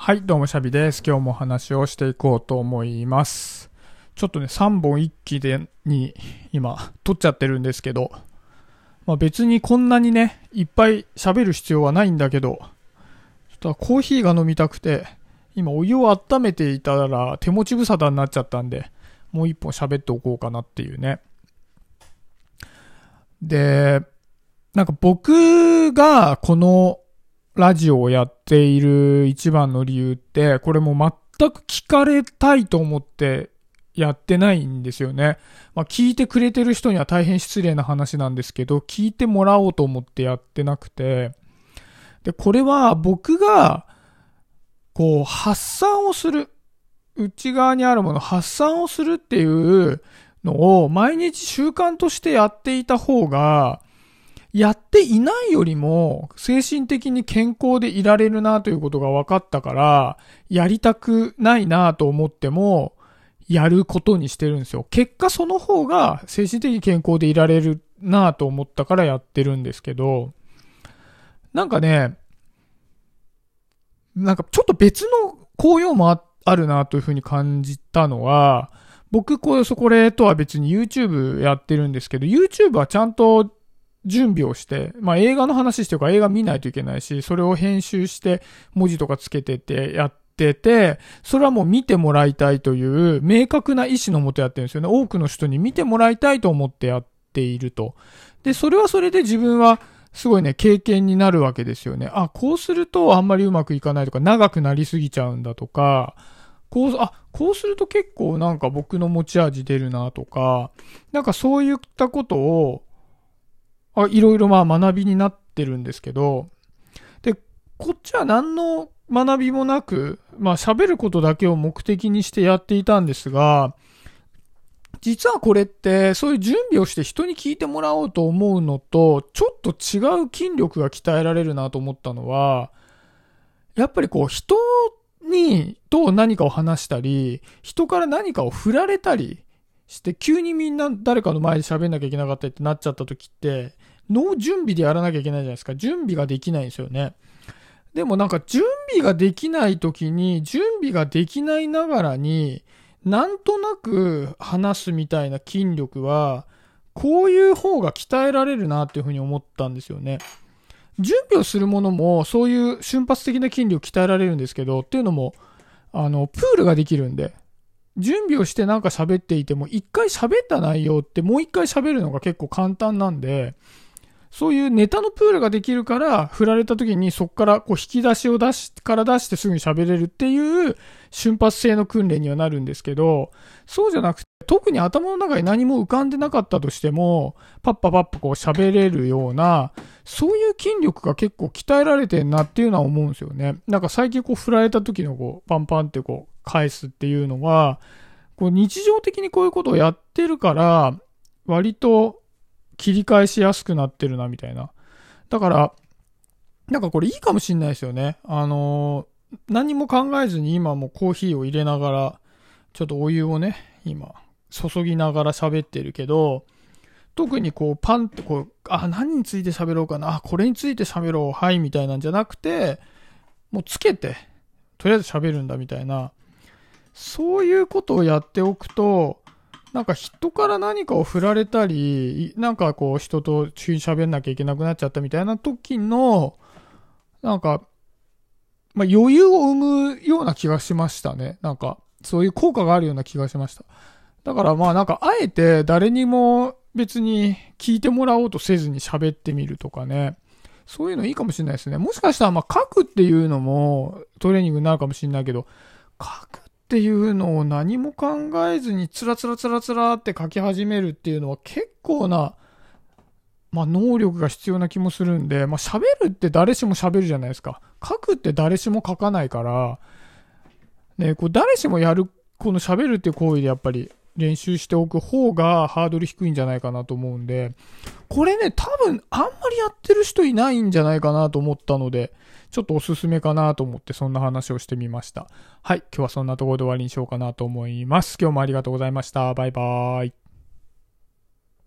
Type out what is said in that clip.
はい、どうもシャビです。今日も話をしていこうと思います。ちょっとね、3本一気に今撮っちゃってるんですけど、別にこんなにね、いっぱい喋る必要はないんだけど、ちょっとコーヒーが飲みたくて、今お湯を温めていたら手持ち無沙汰になっちゃったんで、もう一本喋っておこうかなっていうね。で、なんか僕がこのラジオをやっている一番の理由って、これも全く聞かれたいと思ってやってないんですよね。聞いてくれてる人には大変失礼な話なんですけど、聞いてもらおうと思ってやってなくて、で、これは僕が、発散をする。内側にあるもの発散をするっていうのを毎日習慣としてやっていた方が、やっていないよりも精神的に健康でいられるなということが分かったから、やりたくないなと思っても、やることにしてるんですよ。結果その方が精神的に健康でいられるなと思ったからやってるんですけど、なんかね、ちょっと別の効用もあるなというふうに感じたのは、僕これとは別に YouTube やってるんですけど、YouTube はちゃんと準備をして、映画の話してるから映画見ないといけないし、それを編集して文字とかつけてってやってて、それはもう見てもらいたいという明確な意思のもとやってるんですよね。多くの人に見てもらいたいと思ってやっていると。で、それはそれで自分はすごいね、経験になるわけですよね。こうするとあんまりうまくいかないとか、長くなりすぎちゃうんだとか、こうすると結構なんか僕の持ち味出るなとか、なんかそういったことを、いろいろ学びになってるんですけど、で、こっちは何の学びもなく、喋ることだけを目的にしてやっていたんですが、実はこれってそういう準備をして人に聞いてもらおうと思うのと、ちょっと違う筋力が鍛えられるなと思ったのは、やっぱり人と何かを話したり、人から何かを振られたりして、急にみんな誰かの前で喋んなきゃいけなかったりってなっちゃった時って、ノー準備でやらなきゃいけないじゃないですか。準備ができないんですよね。でも準備ができない時に、準備ができないながらに、なんとなく話すみたいな筋力は、こういう方が鍛えられるなっていうふうに思ったんですよね。準備をするものも、そういう瞬発的な筋力鍛えられるんですけど、っていうのも、プールができるんで、準備をしてなんか喋っていても、一回喋った内容ってもう一回喋るのが結構簡単なんで、そういうネタのプールができるから、振られた時にそこから引き出しを出してすぐに喋れるっていう瞬発性の訓練にはなるんですけど、そうじゃなくて、特に頭の中に何も浮かんでなかったとしても、パッパ喋れるような、そういう筋力が結構鍛えられてんなっていうのは思うんですよね。なんか最近振られた時のパンパンって返すっていうのは、日常的にこういうことをやってるから、割と切り返しやすくなってるなみたいな。だから、なんかこれいいかもしんないですよね。何も考えずに今もコーヒーを入れながら、ちょっとお湯をね、今、注ぎながら喋ってるけど、特にパンって何について喋ろうかな、これについて喋ろう、はい、みたいなんじゃなくて、もうつけて、とりあえず喋るんだみたいな、そういうことをやっておくと、なんか人から何かを振られたり、なんか人と急に喋んなきゃいけなくなっちゃったみたいな時の、なんか、余裕を生むような気がしましたね。なんか、そういう効果があるような気がしました。だからあえて誰にも別に聞いてもらおうとせずに喋ってみるとかね。そういうのいいかもしれないですね。もしかしたら書くっていうのもトレーニングになるかもしれないけど、書くっていうのを何も考えずにつらって書き始めるっていうのは結構な、能力が必要な気もするんで、喋るって誰しも喋るじゃないですか。書くって誰しも書かないから、ね、誰しもやる、この喋るっていう行為でやっぱり練習しておく方がハードル低いんじゃないかなと思うんで、これね、多分あんまりやってる人いないんじゃないかなと思ったので、ちょっとおすすめかなと思ってそんな話をしてみました。はい、今日はそんなところで終わりにしようかなと思います。今日もありがとうございました。バイバーイ。